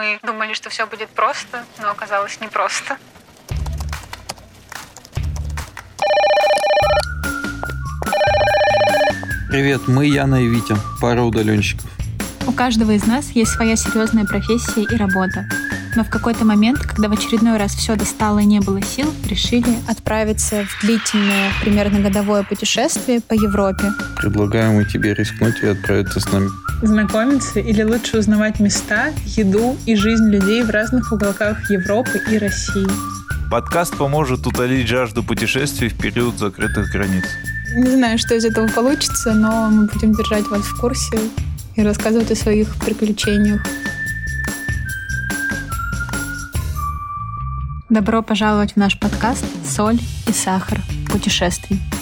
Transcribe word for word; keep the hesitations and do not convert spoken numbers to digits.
Мы думали, что все будет просто, но оказалось непросто. Привет, мы Яна и Витя, пара удаленщиков. У каждого из нас есть своя серьезная профессия и работа. Но в какой-то момент, когда в очередной раз все достало и не было сил, решили отправиться в длительное, примерно годовое путешествие по Европе. Предлагаем и тебе рискнуть и отправиться с нами. Знакомиться или лучше узнавать места, еду и жизнь людей в разных уголках Европы и России. Подкаст поможет утолить жажду путешествий в период закрытых границ. Не знаю, что из этого получится, но мы будем держать вас в курсе и рассказывать о своих приключениях. Добро пожаловать в наш подкаст «Соль и сахар путешествий».